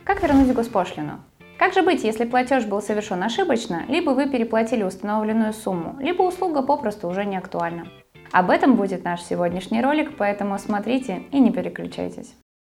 Как вернуть госпошлину? Как же быть, если платеж был совершен ошибочно, либо вы переплатили установленную сумму, либо услуга попросту уже не актуальна? Об этом будет наш сегодняшний ролик, поэтому смотрите и не переключайтесь.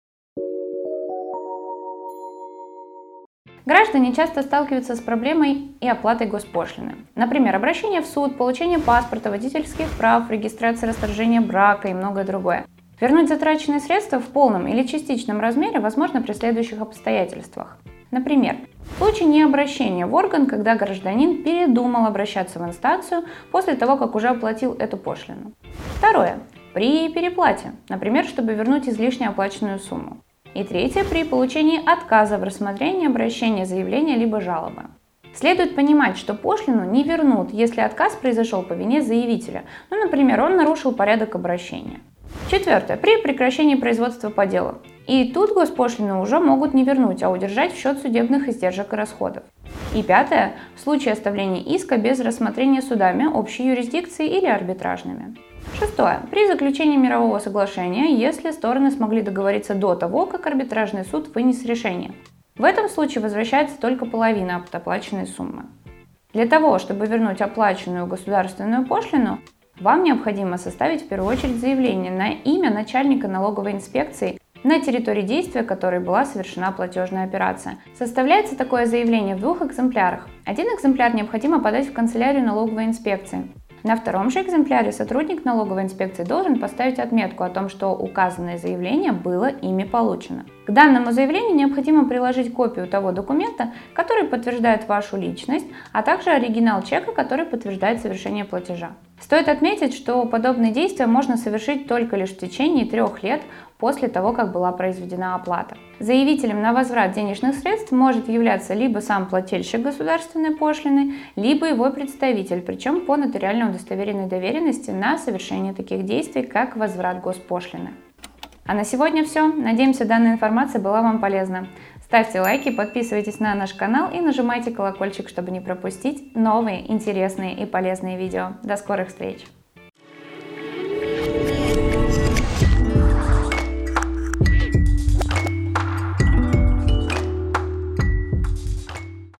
Граждане часто сталкиваются с проблемой и оплатой госпошлины. Например, обращение в суд, получение паспорта, водительских прав, регистрация расторжения брака и многое другое. Вернуть затраченные средства в полном или частичном размере возможно при следующих обстоятельствах. Например, в случае необращения в орган, когда гражданин передумал обращаться в инстанцию после того, как уже оплатил эту пошлину. Второе. При переплате, например, чтобы вернуть излишне оплаченную сумму. И третье, при получении отказа в рассмотрении обращения, заявления либо жалобы. Следует понимать, что пошлину не вернут, если отказ произошел по вине заявителя, например, он нарушил порядок обращения. Четвертое, при прекращении производства по делу. И тут госпошлину уже могут не вернуть, а удержать в счет судебных издержек и расходов. И пятое, в случае оставления иска без рассмотрения судами общей юрисдикции или арбитражными. Шестое. При заключении мирового соглашения, если стороны смогли договориться до того, как арбитражный суд вынес решение. В этом случае возвращается только половина от оплаченной суммы. Для того, чтобы вернуть оплаченную государственную пошлину, вам необходимо составить в первую очередь заявление на имя начальника налоговой инспекции, на территории действия которой была совершена платежная операция. Составляется такое заявление в двух экземплярах. Один экземпляр необходимо подать в канцелярию налоговой инспекции. На втором же экземпляре сотрудник налоговой инспекции должен поставить отметку о том, что указанное заявление было ими получено. К данному заявлению необходимо приложить копию того документа, который подтверждает вашу личность, а также оригинал чека, который подтверждает совершение платежа. Стоит отметить, что подобные действия можно совершить только лишь в течение 3 лет после того, как была произведена оплата. Заявителем на возврат денежных средств может являться либо сам плательщик государственной пошлины, либо его представитель, причем по нотариально удостоверенной доверенности на совершение таких действий, как возврат госпошлины. А на сегодня все. Надеемся, данная информация была вам полезна. Ставьте лайки, подписывайтесь на наш канал и нажимайте колокольчик, чтобы не пропустить новые, интересные и полезные видео. До скорых встреч!